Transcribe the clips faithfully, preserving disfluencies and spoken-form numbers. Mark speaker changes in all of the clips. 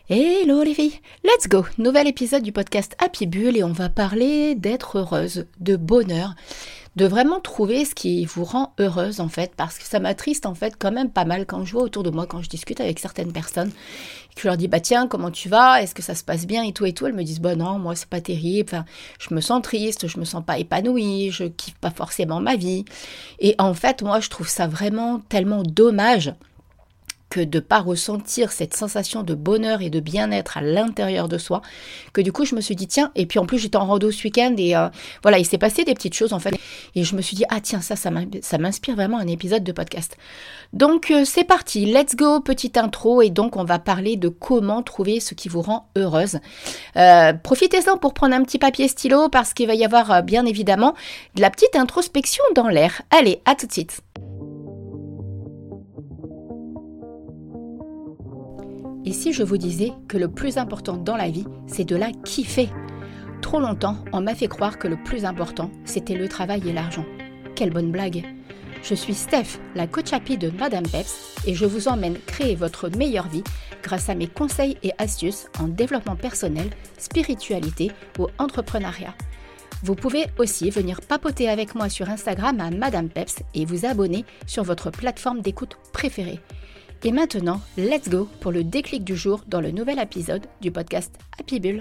Speaker 1: Hello les filles, let's go! Nouvel épisode du podcast Happy Bull et on va parler d'être heureuse, de bonheur, de vraiment trouver ce qui vous rend heureuse en fait, parce que ça m'attriste en fait quand même pas mal quand je vois autour de moi, quand je discute avec certaines personnes, que je leur dis bah tiens comment tu vas, est-ce que ça se passe bien et tout et tout, elles me disent bah non moi c'est pas terrible, enfin je me sens triste, je me sens pas épanouie, je kiffe pas forcément ma vie et en fait moi je trouve ça vraiment tellement dommage que de ne pas ressentir cette sensation de bonheur et de bien-être à l'intérieur de soi, que du coup je me suis dit tiens, et puis en plus j'étais en rando ce week-end et euh, voilà, il s'est passé des petites choses en fait, et je me suis dit ah tiens ça, ça m'inspire vraiment un épisode de podcast. Donc euh, c'est parti, let's go, petite intro, et donc on va parler de comment trouver ce qui vous rend heureuse. Euh, profitez-en pour prendre un petit papier stylo parce qu'il va y avoir euh, bien évidemment de la petite introspection dans l'air. Allez, à tout de suite. Et si je vous disais que le plus important dans la vie, c'est de la kiffer? Trop longtemps, on m'a fait croire que le plus important, c'était le travail et l'argent. Quelle bonne blague! Je suis Steph, la coach happy de Madame Peps, et je vous emmène créer votre meilleure vie grâce à mes conseils et astuces en développement personnel, spiritualité ou entrepreneuriat. Vous pouvez aussi venir papoter avec moi sur Instagram à Madame Peps et vous abonner sur votre plateforme d'écoute préférée. Et maintenant, let's go pour le déclic du jour dans le nouvel épisode du podcast Happy Bull.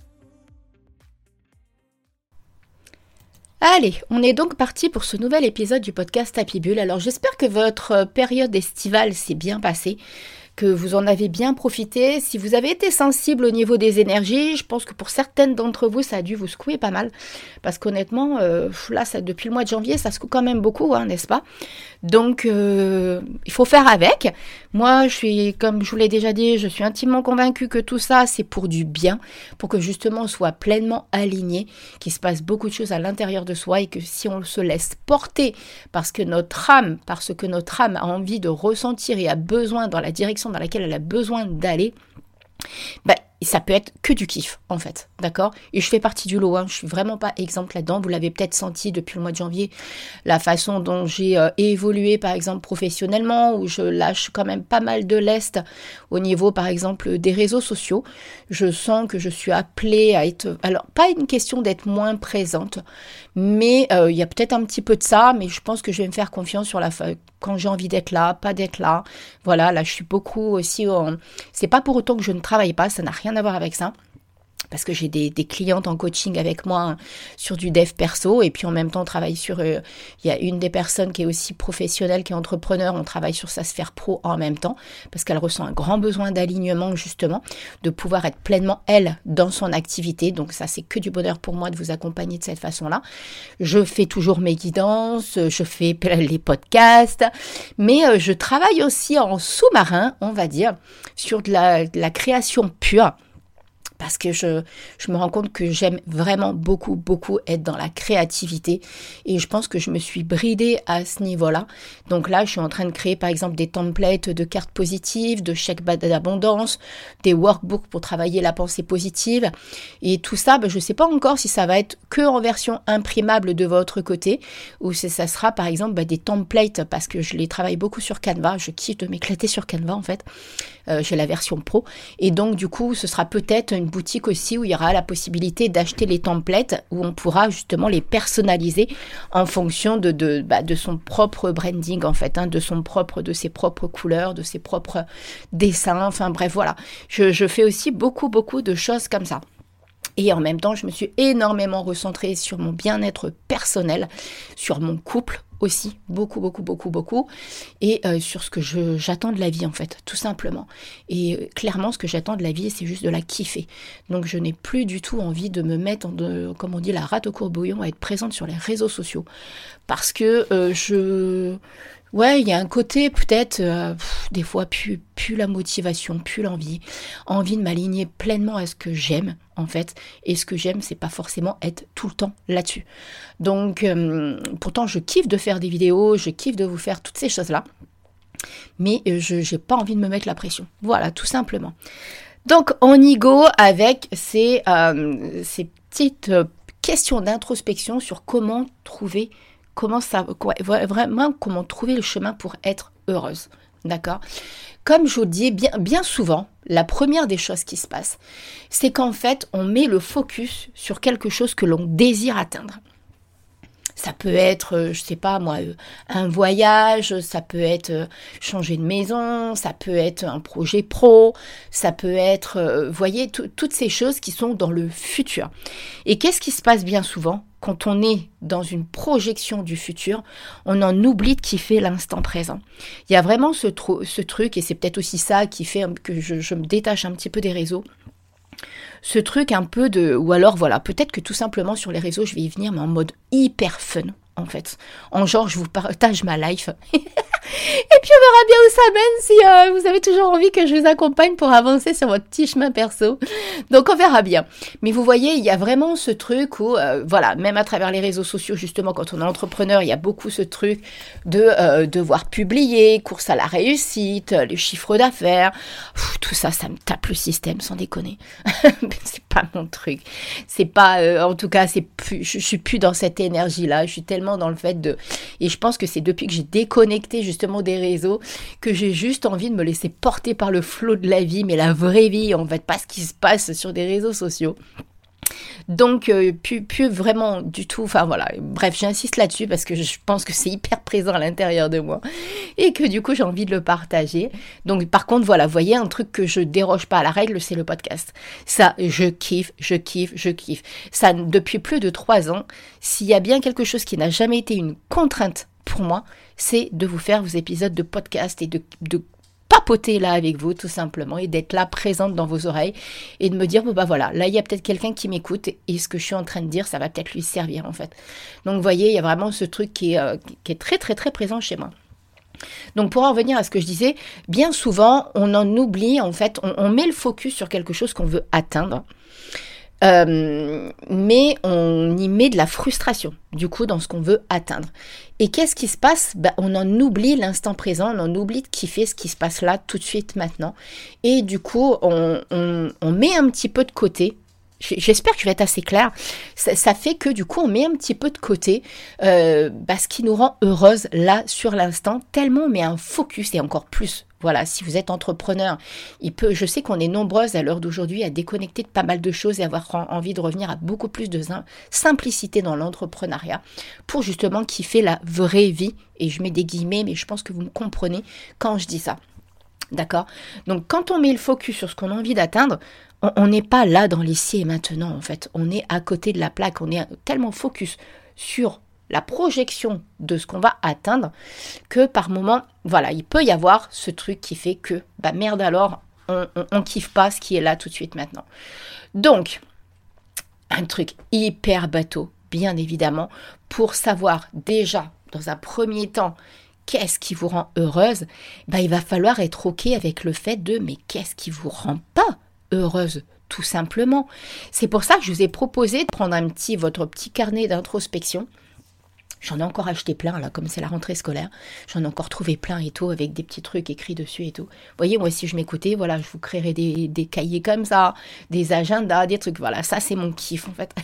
Speaker 1: Allez, on est donc parti pour ce nouvel épisode du podcast Happy Bull. Alors j'espère que votre période estivale s'est bien passée, que vous en avez bien profité. Si vous avez été sensible au niveau des énergies, je pense que pour certaines d'entre vous, ça a dû vous secouer pas mal. Parce qu'honnêtement, euh, là, ça, depuis le mois de janvier, ça secoue quand même beaucoup, hein, n'est-ce pas? Donc, euh, il faut faire avec. Moi, je suis, comme je vous l'ai déjà dit, je suis intimement convaincue que tout ça, c'est pour du bien, pour que justement on soit pleinement aligné, qu'il se passe beaucoup de choses à l'intérieur de soi et que si on se laisse porter parce que notre âme, parce que notre âme a envie de ressentir et a besoin dans la direction dans laquelle elle a besoin d'aller, bah, ça peut être que du kiff en fait, d'accord? Et je fais partie du lot, hein, je suis vraiment pas exemple là-dedans, vous l'avez peut-être senti depuis le mois de janvier, la façon dont j'ai euh, évolué par exemple professionnellement, où je lâche quand même pas mal de lest au niveau par exemple des réseaux sociaux. Je sens que je suis appelée à être, alors pas une question d'être moins présente, mais il euh, y a peut-être un petit peu de ça, mais je pense que je vais me faire confiance sur la fin, quand j'ai envie d'être là, pas d'être là. Voilà, là je suis beaucoup aussi, en... c'est pas pour autant que je ne travaille pas, ça n'a rien à voir avec ça. Parce que j'ai des, des clientes en coaching avec moi sur du dev perso et puis en même temps on travaille sur, euh, il y a une des personnes qui est aussi professionnelle, qui est entrepreneur, on travaille sur sa sphère pro en même temps parce qu'elle ressent un grand besoin d'alignement justement, de pouvoir être pleinement elle dans son activité. Donc ça c'est que du bonheur pour moi de vous accompagner de cette façon-là. Je fais toujours mes guidances, je fais les podcasts, mais euh, je travaille aussi en sous-marin, on va dire, sur de la, de la création pure. Parce que je, je me rends compte que j'aime vraiment beaucoup, beaucoup être dans la créativité. Et je pense que je me suis bridée à ce niveau-là. Donc là, je suis en train de créer, par exemple, des templates de cartes positives, de chèques d'abondance, des workbooks pour travailler la pensée positive. Et tout ça, ben, je ne sais pas encore si ça va être que en version imprimable de votre côté ou si ça sera, par exemple, ben, des templates parce que je les travaille beaucoup sur Canva. Je kiffe de m'éclater sur Canva, en fait. Euh, j'ai la version pro. Et donc, du coup, ce sera peut-être une boutique aussi où il y aura la possibilité d'acheter les templates où on pourra justement les personnaliser en fonction de, de, bah, de son propre branding en fait, hein, de son propre, de ses propres couleurs, de ses propres dessins, enfin bref voilà. Je, je fais aussi beaucoup beaucoup de choses comme ça. Et en même temps, je me suis énormément recentrée sur mon bien-être personnel, sur mon couple aussi, beaucoup, beaucoup, beaucoup, beaucoup, et euh, sur ce que je, j'attends de la vie en fait, tout simplement. Et euh, clairement, ce que j'attends de la vie, c'est juste de la kiffer. Donc je n'ai plus du tout envie de me mettre, en de, comme on dit, la rate au courbouillon, à être présente sur les réseaux sociaux. Parce que euh, je... Ouais, il y a un côté peut-être, euh, pff, des fois, plus, plus la motivation, plus l'envie, envie de m'aligner pleinement à ce que j'aime, en fait. Et ce que j'aime, c'est pas forcément être tout le temps là-dessus. Donc, euh, pourtant, je kiffe de faire des vidéos, je kiffe de vous faire toutes ces choses-là. Mais euh, je j'ai pas envie de me mettre la pression. Voilà, tout simplement. Donc, on y go avec ces, euh, ces petites euh, questions d'introspection sur comment trouver Comment ça, quoi, vraiment, comment trouver le chemin pour être heureuse, d'accord? Comme je vous le dis bien, bien souvent, la première des choses qui se passe, c'est qu'en fait, on met le focus sur quelque chose que l'on désire atteindre. Ça peut être, je sais pas moi, un voyage, ça peut être changer de maison, ça peut être un projet pro, ça peut être, vous voyez, t- toutes ces choses qui sont dans le futur. Et qu'est-ce qui se passe bien souvent quand on est dans une projection du futur? On en oublie de kiffer l'instant présent. Il y a vraiment ce, tr- ce truc, et c'est peut-être aussi ça qui fait que je, je me détache un petit peu des réseaux. Ce truc un peu de... Ou alors, voilà, peut-être que tout simplement sur les réseaux, je vais y venir, mais en mode hyper fun, en fait. En genre, je vous partage ma life. Et puis, on verra bien où ça mène si euh, vous avez toujours envie que je vous accompagne pour avancer sur votre petit chemin perso. Donc, on verra bien. Mais vous voyez, il y a vraiment ce truc où, euh, voilà, même à travers les réseaux sociaux, justement, quand on est entrepreneur, il y a beaucoup ce truc de euh, devoir publier, course à la réussite, le chiffre d'affaires. Pff, tout ça, ça me tape le système, sans déconner. C'est pas mon truc. C'est pas, euh, en tout cas, c'est plus, je, je suis plus dans cette énergie-là. Je suis tellement dans le fait de... Et je pense que c'est depuis que j'ai déconnecté, justement, des réseaux, que j'ai juste envie de me laisser porter par le flot de la vie, mais la vraie vie, en fait, pas ce qui se passe sur des réseaux sociaux. Donc, euh, plus, plus vraiment du tout, enfin voilà, bref, j'insiste là-dessus parce que je pense que c'est hyper présent à l'intérieur de moi et que du coup, j'ai envie de le partager. Donc, par contre, voilà, vous voyez, un truc que je déroge pas à la règle, c'est le podcast. Ça, je kiffe, je kiffe, je kiffe. Ça, depuis plus de trois ans, s'il y a bien quelque chose qui n'a jamais été une contrainte pour moi, c'est de vous faire vos épisodes de podcast et de, de papoter là avec vous tout simplement et d'être là présente dans vos oreilles et de me dire bon bah voilà, là il y a peut-être quelqu'un qui m'écoute et ce que je suis en train de dire ça va peut-être lui servir en fait. Donc vous voyez, il y a vraiment ce truc qui est, euh, qui est très très très présent chez moi. Donc pour en revenir à ce que je disais, bien souvent on en oublie en fait, on, on met le focus sur quelque chose qu'on veut atteindre. Euh, mais on y met de la frustration, du coup, dans ce qu'on veut atteindre. Et qu'est-ce qui se passe ? Ben, on en oublie l'instant présent, on en oublie de kiffer ce qui se passe là, tout de suite, maintenant. Et du coup, on, on, on met un petit peu de côté. J'espère que je vais être assez claire. Ça, ça fait que du coup, on met un petit peu de côté euh, ben, ce qui nous rend heureuse là, sur l'instant, tellement on met un focus et encore plus. Voilà, si vous êtes entrepreneur, il peut, je sais qu'on est nombreuses à l'heure d'aujourd'hui à déconnecter de pas mal de choses et avoir envie de revenir à beaucoup plus de simplicité dans l'entrepreneuriat pour justement kiffer la vraie vie. Et je mets des guillemets, mais je pense que vous me comprenez quand je dis ça. D'accord ? Donc, quand on met le focus sur ce qu'on a envie d'atteindre, on n'est pas là dans l'ici et maintenant, en fait. On est à côté de la plaque. On est tellement focus sur la projection de ce qu'on va atteindre, que par moment, voilà, il peut y avoir ce truc qui fait que, bah merde alors, on, on, on kiffe pas ce qui est là tout de suite maintenant. Donc, un truc hyper bateau, bien évidemment, pour savoir déjà, dans un premier temps, qu'est-ce qui vous rend heureuse, bah il va falloir être ok avec le fait de, mais qu'est-ce qui vous rend pas heureuse ? Tout simplement. C'est pour ça que je vous ai proposé de prendre un petit, votre petit carnet d'introspection. J'en ai encore acheté plein, là, comme c'est la rentrée scolaire. J'en ai encore trouvé plein et tout, avec des petits trucs écrits dessus et tout. Vous voyez, moi, si je m'écoutais, voilà, je vous créerais des, des cahiers comme ça, des agendas, des trucs. Voilà, ça, c'est mon kiff, en fait.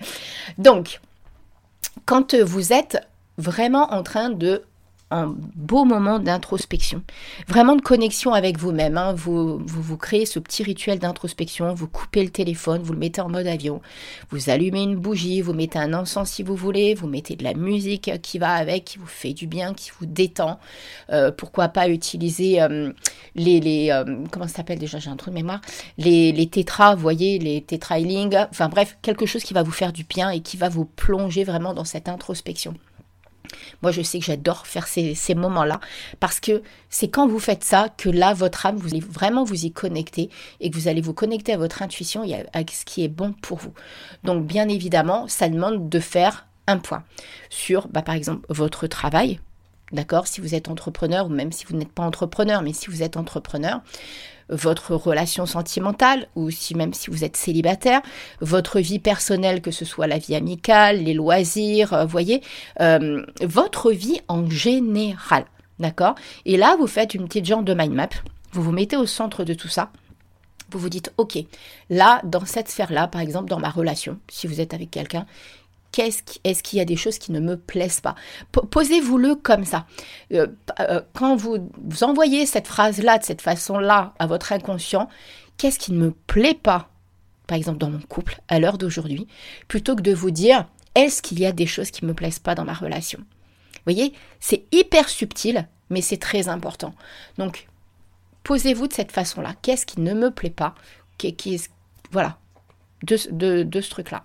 Speaker 1: Donc, quand vous êtes vraiment en train de... un beau moment d'introspection, vraiment de connexion avec vous-même. Hein. Vous, vous vous créez ce petit rituel d'introspection, vous coupez le téléphone, vous le mettez en mode avion, vous allumez une bougie, vous mettez un encens si vous voulez, vous mettez de la musique qui va avec, qui vous fait du bien, qui vous détend. Euh, pourquoi pas utiliser euh, les, les euh, comment ça s'appelle déjà, j'ai un trou de mémoire, les, les tétras, vous voyez, les tétra-healing, enfin bref, quelque chose qui va vous faire du bien et qui va vous plonger vraiment dans cette introspection. Moi, je sais que j'adore faire ces, ces moments-là parce que c'est quand vous faites ça que là, votre âme, vous allez vraiment vous y connecter et que vous allez vous connecter à votre intuition et à, à ce qui est bon pour vous. Donc, bien évidemment, ça demande de faire un point sur, bah, par exemple, votre travail. D'accord ? Si vous êtes entrepreneur ou même si vous n'êtes pas entrepreneur, mais si vous êtes entrepreneur, votre relation sentimentale ou si même si vous êtes célibataire, votre vie personnelle, que ce soit la vie amicale, les loisirs, euh, voyez, euh, votre vie en général, d'accord ? Et là, vous faites une petite genre de mind map, vous vous mettez au centre de tout ça, vous vous dites, ok, là, dans cette sphère-là, par exemple, dans ma relation, si vous êtes avec quelqu'un, Qu'est-ce qui, est-ce qu'il y a des choses qui ne me plaisent pas? P- Posez-vous-le comme ça. Euh, euh, quand vous, vous envoyez cette phrase-là, de cette façon-là, à votre inconscient, qu'est-ce qui ne me plaît pas, par exemple dans mon couple, à l'heure d'aujourd'hui, plutôt que de vous dire, est-ce qu'il y a des choses qui ne me plaisent pas dans ma relation? Vous voyez, c'est hyper subtil, mais c'est très important. Donc, posez-vous de cette façon-là. Qu'est-ce qui ne me plaît pas? Qui, qui est, voilà, de, de, de ce truc-là.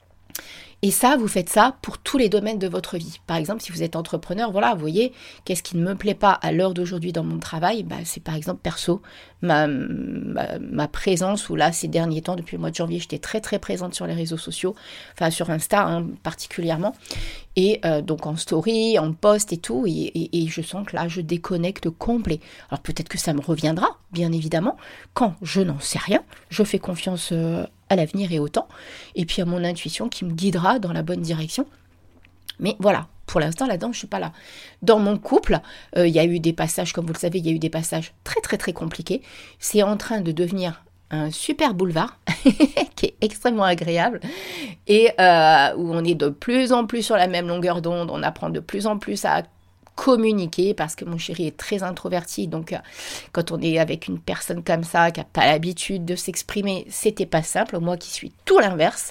Speaker 1: Et ça, vous faites ça pour tous les domaines de votre vie. Par exemple, si vous êtes entrepreneur, voilà, vous voyez, qu'est-ce qui ne me plaît pas à l'heure d'aujourd'hui dans mon travail? Bah, c'est par exemple perso, ma, ma, ma présence, où là, ces derniers temps, depuis le mois de janvier, j'étais très très présente sur les réseaux sociaux, enfin sur Insta hein, particulièrement, et euh, donc en story, en post et tout, et, et, et je sens que là, je déconnecte complet. Alors peut-être que ça me reviendra, bien évidemment, quand je n'en sais rien, je fais confiance euh, à l'avenir et au temps, et puis à mon intuition qui me guidera dans la bonne direction. Mais voilà, pour l'instant, là-dedans, je ne suis pas là. Dans mon couple, euh, il y a eu des passages, comme vous le savez, il y a eu des passages très, très, très compliqués. C'est en train de devenir un super boulevard qui est extrêmement agréable et euh, où on est de plus en plus sur la même longueur d'onde, on apprend de plus en plus à communiquer parce que mon chéri est très introverti, donc euh, quand on est avec une personne comme ça qui n'a pas l'habitude de s'exprimer, c'était pas simple, moi qui suis tout l'inverse.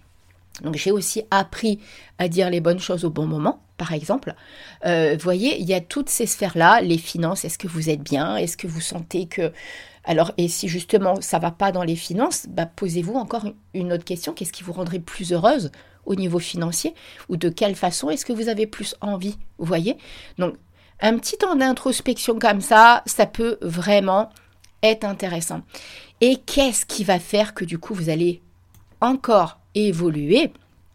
Speaker 1: Donc j'ai aussi appris à dire les bonnes choses au bon moment, par exemple. Euh, vous voyez, il y a toutes ces sphères-là, les finances, est-ce que vous êtes bien? Est-ce que vous sentez que... Alors, et si justement ça ne va pas dans les finances, bah, posez-vous encore une autre question, qu'est-ce qui vous rendrait plus heureuse au niveau financier? Ou de quelle façon est-ce que vous avez plus envie? Vous voyez? Donc, un petit temps d'introspection comme ça, ça peut vraiment être intéressant. Et qu'est-ce qui va faire que du coup, vous allez encore évoluer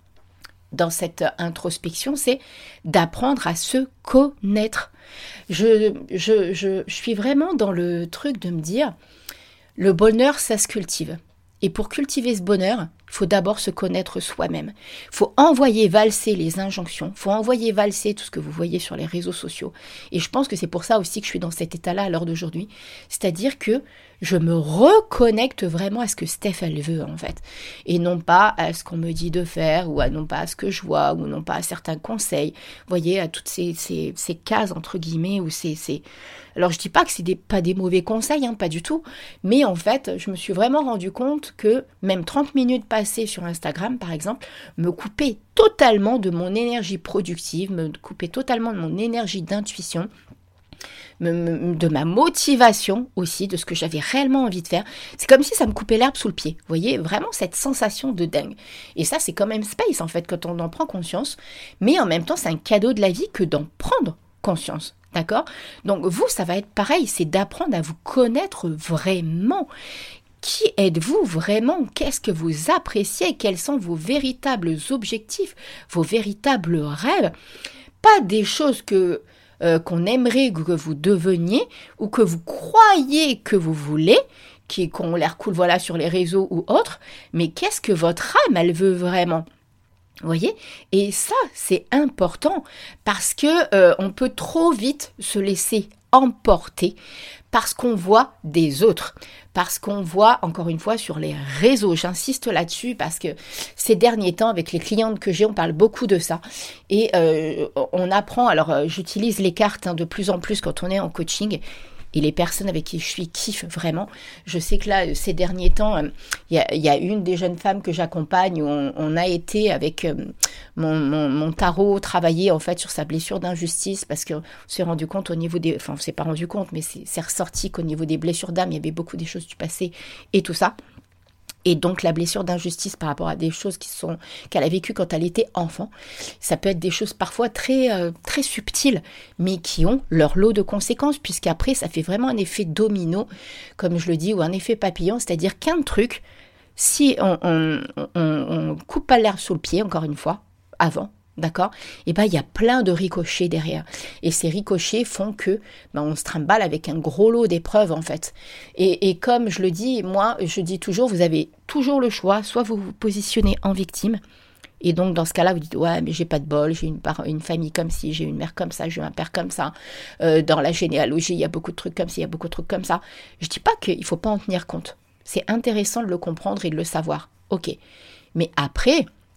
Speaker 1: dans cette introspection? C'est d'apprendre à se connaître. Je, je, je, je suis vraiment dans le truc de me dire, le bonheur, ça se cultive. Et pour cultiver ce bonheur, il faut d'abord se connaître soi-même. Il faut envoyer valser les injonctions, il faut envoyer valser tout ce que vous voyez sur les réseaux sociaux. Et je pense que c'est pour ça aussi que je suis dans cet état-là à l'heure d'aujourd'hui. C'est-à-dire que je me reconnecte vraiment à ce que Steph, elle veut, en fait. Et non pas à ce qu'on me dit de faire, ou à non pas à ce que je vois, ou non pas à certains conseils. Vous voyez, à toutes ces, ces, ces cases, entre guillemets, ou ces... ces... Alors, je dis pas que c'est des, pas des mauvais conseils, hein, pas du tout. Mais en fait, je me suis vraiment rendu compte que même trente minutes passées sur Instagram, par exemple, me coupaient totalement de mon énergie productive, me coupaient totalement de mon énergie d'intuition, de ma motivation aussi, de ce que j'avais réellement envie de faire. C'est comme si ça me coupait l'herbe sous le pied. Vous voyez, vraiment cette sensation de dingue. Et ça, c'est quand même space, en fait, quand on en prend conscience. Mais en même temps, c'est un cadeau de la vie que d'en prendre conscience. D'accord? Donc, vous, ça va être pareil. C'est d'apprendre à vous connaître vraiment. Qui êtes-vous vraiment? Qu'est-ce que vous appréciez? Quels sont vos véritables objectifs? Vos véritables rêves? Pas des choses que... Euh, qu'on aimerait que vous deveniez ou que vous croyez que vous voulez, qui, qui ont l'air cool voilà, sur les réseaux ou autres, mais qu'est-ce que votre âme, elle veut vraiment? Vous voyez? Et ça, c'est important parce que euh, on peut trop vite se laisser emporter parce qu'on voit des autres, parce qu'on voit, encore une fois, sur les réseaux. J'insiste là-dessus parce que ces derniers temps, avec les clientes que j'ai, on parle beaucoup de ça. Et euh, on apprend, alors euh, j'utilise les cartes hein, de plus en plus quand on est en coaching. Et les personnes avec qui je suis kiffent vraiment. Je sais que là, ces derniers temps, il euh, y, y a une des jeunes femmes que j'accompagne où on, on a été avec euh, mon, mon, mon tarot travailler en fait sur sa blessure d'injustice parce qu'on s'est rendu compte au niveau des... Enfin, on ne s'est pas rendu compte, mais c'est, c'est ressorti qu'au niveau des blessures d'âme, il y avait beaucoup des choses du passé et tout ça. Et donc la blessure d'injustice par rapport à des choses qui sont, qu'elle a vécues quand elle était enfant, ça peut être des choses parfois très, euh, très subtiles, mais qui ont leur lot de conséquences, puisqu'après ça fait vraiment un effet domino, comme je le dis, ou un effet papillon, c'est-à-dire qu'un truc, si on, on, on, on coupe pas l'herbe sous le pied, encore une fois, avant, d'accord? Et ben il y a plein de ricochets derrière. Et ces ricochets font que ben, on se trimballe avec un gros lot d'épreuves en fait. Et, et comme je le dis, moi je dis toujours, vous avez toujours le choix, soit vous vous positionnez en victime, et donc dans ce cas-là vous dites ouais mais j'ai pas de bol, j'ai une, par- une famille comme ci, j'ai une mère comme ça, j'ai un père comme ça, euh, dans la généalogie il y a beaucoup de trucs comme ci, il y a beaucoup de trucs comme ça. Je dis pas qu'il faut pas en tenir compte. C'est intéressant de le comprendre et de le savoir. Ok. Mais après,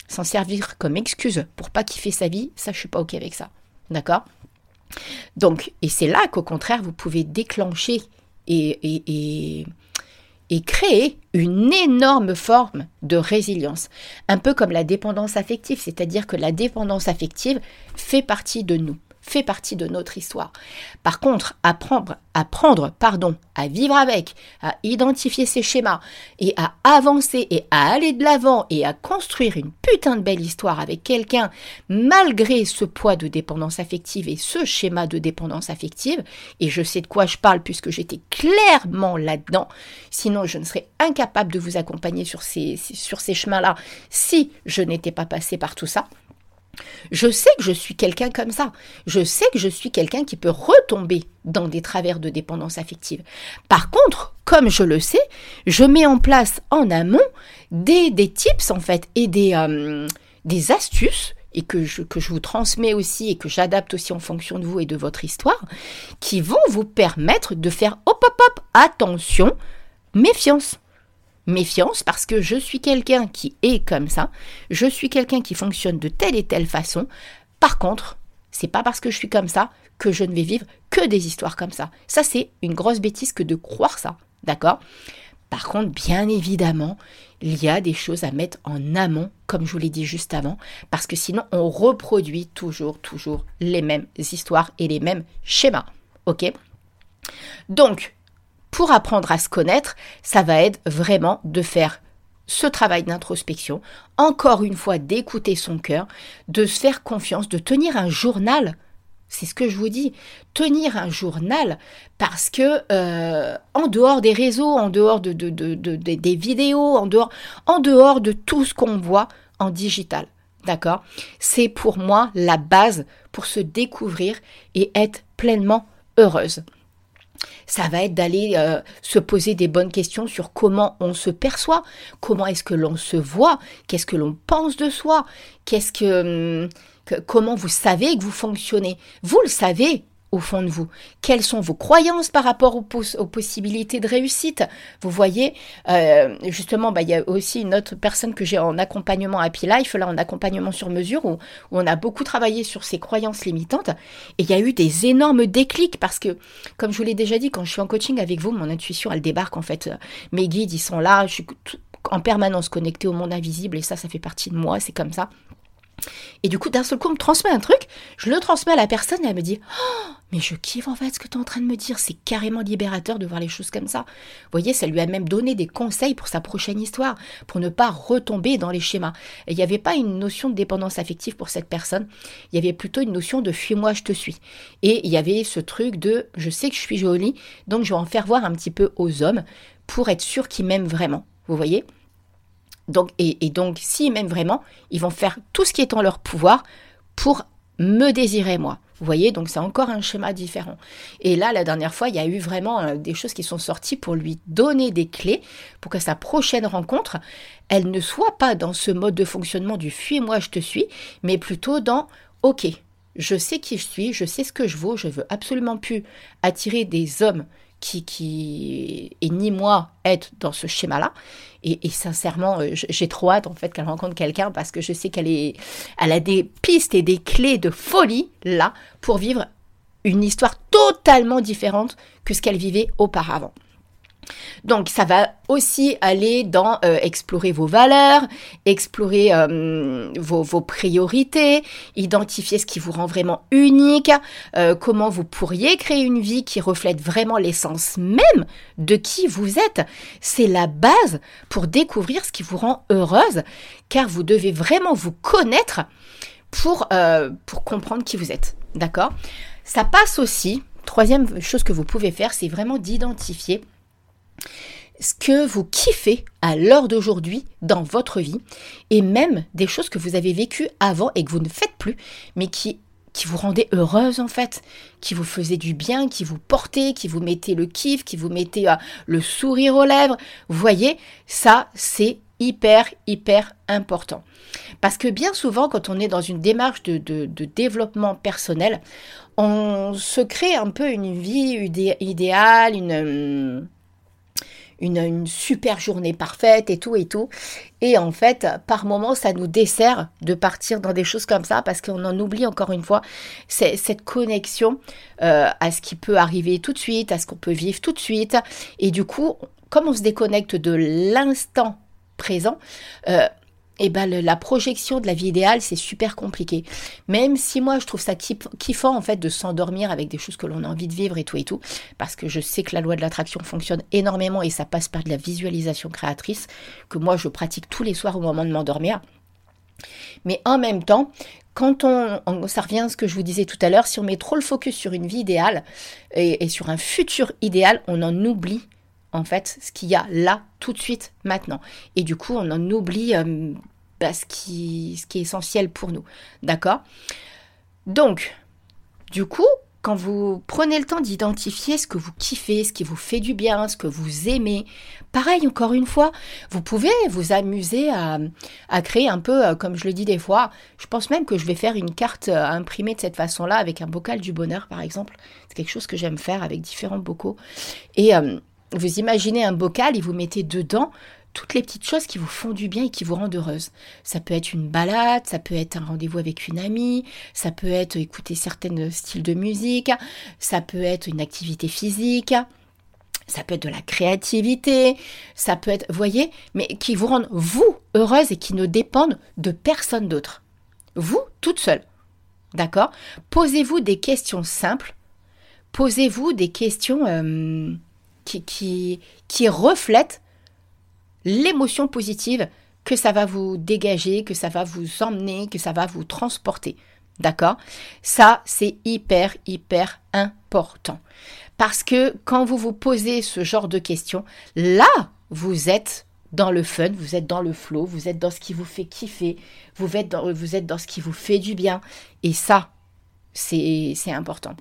Speaker 1: s'en servir comme excuse pour pas kiffer sa vie, ça je suis pas ok avec ça, d'accord? Donc, et c'est là qu'au contraire vous pouvez déclencher et, et, et, et créer une énorme forme de résilience, un peu comme la dépendance affective, c'est-à-dire que la dépendance affective fait partie de nous, fait partie de notre histoire. Par contre, apprendre, apprendre pardon, à vivre avec, à identifier ces schémas et à avancer et à aller de l'avant et à construire une putain de belle histoire avec quelqu'un malgré ce poids de dépendance affective et ce schéma de dépendance affective, et je sais de quoi je parle puisque j'étais clairement là-dedans, sinon je ne serais incapable de vous accompagner sur ces, sur ces chemins-là si je n'étais pas passée par tout ça. Je sais que je suis quelqu'un comme ça. Je sais que je suis quelqu'un qui peut retomber dans des travers de dépendance affective. Par contre, comme je le sais, je mets en place en amont des, des tips en fait et des, euh, des astuces et que je, que je vous transmets aussi et que j'adapte aussi en fonction de vous et de votre histoire qui vont vous permettre de faire hop hop hop, attention, méfiance. Méfiance parce que je suis quelqu'un qui est comme ça, je suis quelqu'un qui fonctionne de telle et telle façon. Par contre, c'est pas parce que je suis comme ça que je ne vais vivre que des histoires comme ça. Ça, c'est une grosse bêtise que de croire ça, d'accord ? Par contre, bien évidemment, il y a des choses à mettre en amont, comme je vous l'ai dit juste avant, parce que sinon, on reproduit toujours, toujours les mêmes histoires et les mêmes schémas, ok ? Donc, pour apprendre à se connaître, ça va être vraiment de faire ce travail d'introspection, encore une fois d'écouter son cœur, de se faire confiance, de tenir un journal. C'est ce que je vous dis, tenir un journal parce que euh, en dehors des réseaux, en dehors de, de, de, de, de, des vidéos, en dehors, en dehors de tout ce qu'on voit en digital, d'accord ? C'est pour moi la base pour se découvrir et être pleinement heureuse. Ça va être d'aller euh, se poser des bonnes questions sur comment on se perçoit, comment est-ce que l'on se voit, qu'est-ce que l'on pense de soi, qu'est-ce que, que comment vous savez que vous fonctionnez. Vous le savez au fond de vous. Quelles sont vos croyances par rapport aux, pos- aux possibilités de réussite ? Vous voyez, euh, justement, bah, il y a aussi une autre personne que j'ai en accompagnement Happy Life, là en accompagnement sur mesure, où, où on a beaucoup travaillé sur ces croyances limitantes. Et il y a eu des énormes déclics parce que, comme je vous l'ai déjà dit, quand je suis en coaching avec vous, mon intuition, elle débarque en fait. Mes guides, ils sont là, je suis en permanence connectée au monde invisible et ça, ça fait partie de moi, c'est comme ça. Et du coup, d'un seul coup, on me transmet un truc, je le transmets à la personne et elle me dit oh, « mais je kiffe en fait ce que tu es en train de me dire, c'est carrément libérateur de voir les choses comme ça. » Vous voyez, ça lui a même donné des conseils pour sa prochaine histoire, pour ne pas retomber dans les schémas. Et il n'y avait pas une notion de dépendance affective pour cette personne, il y avait plutôt une notion de « fuis-moi, je te suis ». Et il y avait ce truc de « je sais que je suis jolie, donc je vais en faire voir un petit peu aux hommes pour être sûr qu'ils m'aiment vraiment ». Vous voyez ? Donc, et, et donc, s'ils m'aiment vraiment, ils vont faire tout ce qui est en leur pouvoir pour me désirer moi. Vous voyez, donc c'est encore un schéma différent. Et là, la dernière fois, il y a eu vraiment euh, des choses qui sont sorties pour lui donner des clés pour que sa prochaine rencontre, elle ne soit pas dans ce mode de fonctionnement du « fuis-moi, je te suis », mais plutôt dans « ok, je sais qui je suis, je sais ce que je vaux, je veux absolument plus attirer des hommes qui, qui et ni moi être dans ce schéma-là. » Et, et sincèrement, j'ai trop hâte en fait qu'elle rencontre quelqu'un parce que je sais qu'elle est, elle a des pistes et des clés de folie là pour vivre une histoire totalement différente que ce qu'elle vivait auparavant. Donc, ça va aussi aller dans euh, explorer vos valeurs, explorer euh, vos, vos priorités, identifier ce qui vous rend vraiment unique, euh, comment vous pourriez créer une vie qui reflète vraiment l'essence même de qui vous êtes. C'est la base pour découvrir ce qui vous rend heureuse, car vous devez vraiment vous connaître pour, euh, pour comprendre qui vous êtes. D'accord ? Ça passe aussi, troisième chose que vous pouvez faire, c'est vraiment d'identifier ce que vous kiffez à l'heure d'aujourd'hui dans votre vie et même des choses que vous avez vécues avant et que vous ne faites plus, mais qui, qui vous rendaient heureuse en fait, qui vous faisaient du bien, qui vous portaient, qui vous mettaient le kiff, qui vous mettaient euh, le sourire aux lèvres. Vous voyez, ça c'est hyper, hyper important. Parce que bien souvent, quand on est dans une démarche de, de, de développement personnel, on se crée un peu une vie idé- idéale, une... une, une super journée parfaite et tout et tout. Et en fait, par moments, ça nous dessert de partir dans des choses comme ça parce qu'on en oublie encore une fois c'est, cette connexion euh, à ce qui peut arriver tout de suite, à ce qu'on peut vivre tout de suite. Et du coup, comme on se déconnecte de l'instant présent, euh, et ben le, la projection de la vie idéale, c'est super compliqué. Même si moi, je trouve ça kiff, kiffant en fait de s'endormir avec des choses que l'on a envie de vivre et tout et tout, parce que je sais que la loi de l'attraction fonctionne énormément et ça passe par de la visualisation créatrice que moi, je pratique tous les soirs au moment de m'endormir. Mais en même temps, quand on, on, ça revient à ce que je vous disais tout à l'heure, si on met trop le focus sur une vie idéale et, et sur un futur idéal, on en oublie en fait ce qu'il y a là tout de suite maintenant. Et du coup, on en oublie euh, bah, ce, qui, ce qui est essentiel pour nous. D'accord ? Donc, du coup, quand vous prenez le temps d'identifier ce que vous kiffez, ce qui vous fait du bien, ce que vous aimez, pareil, encore une fois, vous pouvez vous amuser à, à créer un peu, euh, comme je le dis des fois, je pense même que je vais faire une carte euh, imprimée de cette façon-là, avec un bocal du bonheur, par exemple. C'est quelque chose que j'aime faire avec différents bocaux. Et euh, vous imaginez un bocal et vous mettez dedans toutes les petites choses qui vous font du bien et qui vous rendent heureuse. Ça peut être une balade, ça peut être un rendez-vous avec une amie, ça peut être écouter certains styles de musique, ça peut être une activité physique, ça peut être de la créativité, ça peut être, vous voyez, mais qui vous rendent vous heureuse et qui ne dépendent de personne d'autre. Vous, toute seule. D'accord ? Posez-vous des questions simples, posez-vous des questions euh, qui, qui, qui reflètent l'émotion positive que ça va vous dégager, que ça va vous emmener, que ça va vous transporter. D'accord ? Ça, c'est hyper, hyper important. Parce que quand vous vous posez ce genre de questions, là, vous êtes dans le fun, vous êtes dans le flow, vous êtes dans ce qui vous fait kiffer, vous êtes dans, vous êtes dans ce qui vous fait du bien. Et ça, c'est, c'est important.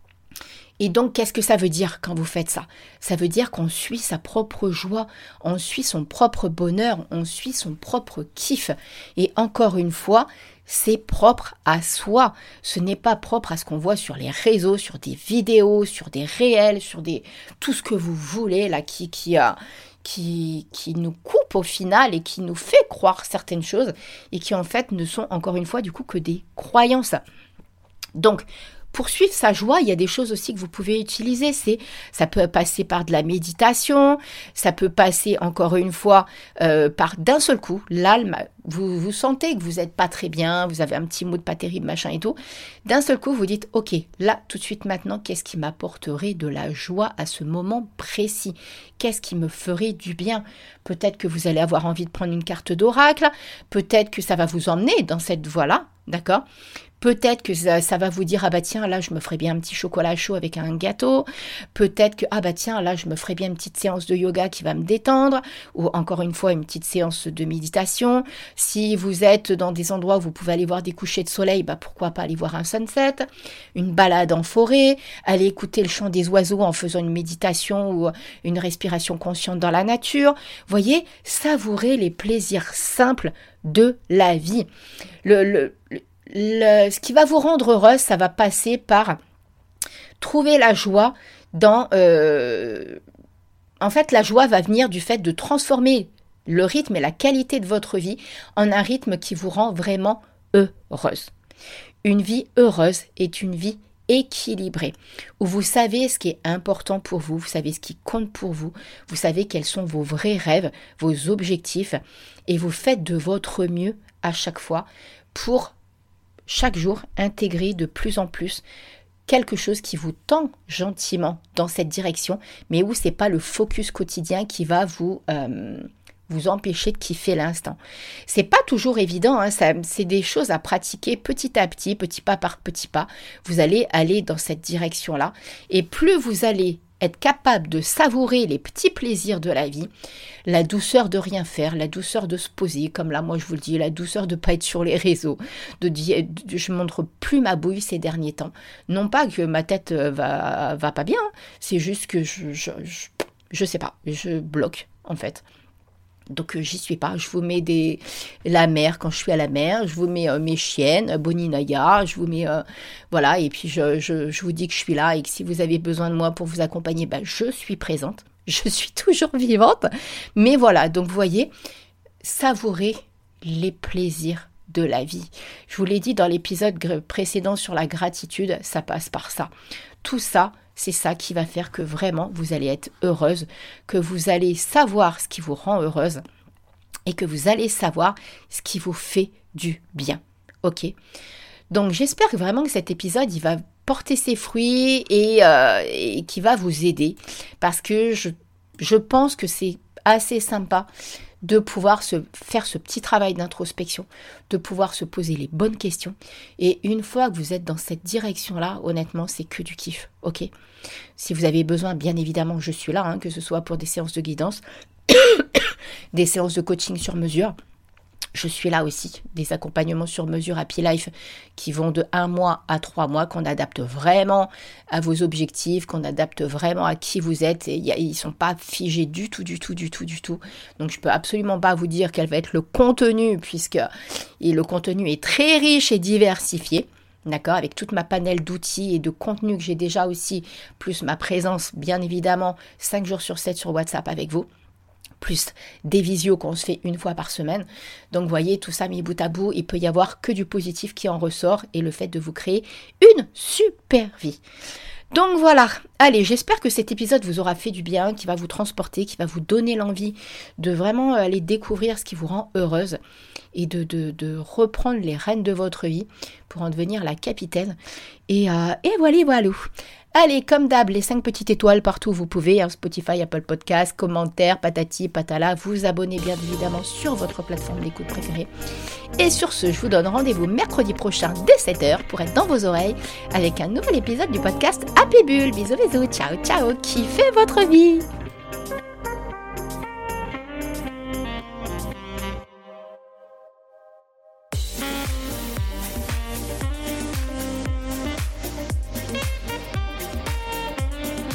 Speaker 1: Et donc, qu'est-ce que ça veut dire quand vous faites ça ? Ça veut dire qu'on suit sa propre joie, on suit son propre bonheur, on suit son propre kiff. Et encore une fois, c'est propre à soi. Ce n'est pas propre à ce qu'on voit sur les réseaux, sur des vidéos, sur des réels, sur des tout ce que vous voulez là qui qui a qui qui nous coupe au final et qui nous fait croire certaines choses et qui en fait ne sont encore une fois du coup que des croyances. Donc pour suivre sa joie, il y a des choses aussi que vous pouvez utiliser. C'est, ça peut passer par de la méditation, ça peut passer encore une fois euh, par d'un seul coup. Là, vous, vous sentez que vous n'êtes pas très bien, vous avez un petit mood pas terrible, machin et tout. D'un seul coup, vous dites, ok, là, tout de suite maintenant, qu'est-ce qui m'apporterait de la joie à ce moment précis ? Qu'est-ce qui me ferait du bien ? Peut-être que vous allez avoir envie de prendre une carte d'oracle, peut-être que ça va vous emmener dans cette voie-là, d'accord ? Peut-être que ça, ça va vous dire, ah bah tiens, là, je me ferais bien un petit chocolat chaud avec un gâteau. Peut-être que, ah bah tiens, là, je me ferais bien une petite séance de yoga qui va me détendre. Ou encore une fois, une petite séance de méditation. Si vous êtes dans des endroits où vous pouvez aller voir des couchers de soleil, bah pourquoi pas aller voir un sunset. Une balade en forêt. Aller écouter le chant des oiseaux en faisant une méditation ou une respiration consciente dans la nature. Voyez, savourer les plaisirs simples de la vie. Le... le, le Le, ce qui va vous rendre heureuse, ça va passer par trouver la joie dans... Euh, en fait, la joie va venir du fait de transformer le rythme et la qualité de votre vie en un rythme qui vous rend vraiment heureuse. Une vie heureuse est une vie équilibrée, où vous savez ce qui est important pour vous, vous savez ce qui compte pour vous, vous savez quels sont vos vrais rêves, vos objectifs, et vous faites de votre mieux à chaque fois pour chaque jour, intégrer de plus en plus quelque chose qui vous tend gentiment dans cette direction, mais où c'est pas le focus quotidien qui va vous, euh, vous empêcher de kiffer l'instant. C'est pas toujours évident, hein, ça, c'est des choses à pratiquer petit à petit, petit pas par petit pas. Vous allez aller dans cette direction-là, et plus vous allez être capable de savourer les petits plaisirs de la vie, la douceur de rien faire, la douceur de se poser, comme là moi je vous le dis, la douceur de ne pas être sur les réseaux, de dire je montre plus ma bouille ces derniers temps. Non pas que ma tête va, va pas bien, c'est juste que je, je, je, je sais pas, je bloque en fait. Donc euh, j'y suis pas, je vous mets des la mer quand je suis à la mer, je vous mets euh, mes chiennes, Bonnie Naya, je vous mets euh, voilà, et puis je, je, je vous dis que je suis là et que si vous avez besoin de moi pour vous accompagner, bah, je suis présente, je suis toujours vivante. Mais voilà, donc vous voyez, savourez les plaisirs de la vie. Je vous l'ai dit dans l'épisode précédent sur la gratitude, ça passe par ça. Tout ça, c'est ça qui va faire que vraiment vous allez être heureuse, que vous allez savoir ce qui vous rend heureuse et que vous allez savoir ce qui vous fait du bien. Ok ? Donc j'espère que vraiment que cet épisode, il va porter ses fruits et, euh, et qui va vous aider parce que je, je pense que c'est assez sympa de pouvoir se faire ce petit travail d'introspection, de pouvoir se poser les bonnes questions. Et une fois que vous êtes dans cette direction-là, honnêtement, c'est que du kiff, ok ? Si vous avez besoin, bien évidemment, je suis là, hein, que ce soit pour des séances de guidance, des séances de coaching sur mesure. Je suis là aussi, des accompagnements sur mesure Happy Life qui vont de un mois à trois mois, qu'on adapte vraiment à vos objectifs, qu'on adapte vraiment à qui vous êtes. Et ils ne sont pas figés du tout, du tout, du tout, du tout. Donc je ne peux absolument pas vous dire quel va être le contenu, puisque et le contenu est très riche et diversifié. D'accord, avec toute ma panel d'outils et de contenus que j'ai déjà aussi, plus ma présence, bien évidemment, cinq jours sur sept sur WhatsApp avec vous. Plus des visios qu'on se fait une fois par semaine. Donc, vous voyez, tout ça mis bout à bout, il peut y avoir que du positif qui en ressort et le fait de vous créer une super vie. Donc voilà, allez, j'espère que cet épisode vous aura fait du bien, qui va vous transporter, qui va vous donner l'envie de vraiment aller découvrir ce qui vous rend heureuse et de, de, de reprendre les rênes de votre vie pour en devenir la capitaine. Et, euh, et voilà, voilà. Allez, comme d'hab, les cinq petites étoiles partout où vous pouvez, hein, Spotify, Apple Podcasts, commentaires, patati, patala, vous abonnez bien évidemment sur votre plateforme d'écoute préférée. Et sur ce, je vous donne rendez-vous mercredi prochain dès sept heures pour être dans vos oreilles avec un nouvel épisode du podcast Happy Bull. Bisous, bisous, ciao, ciao, kiffez votre vie!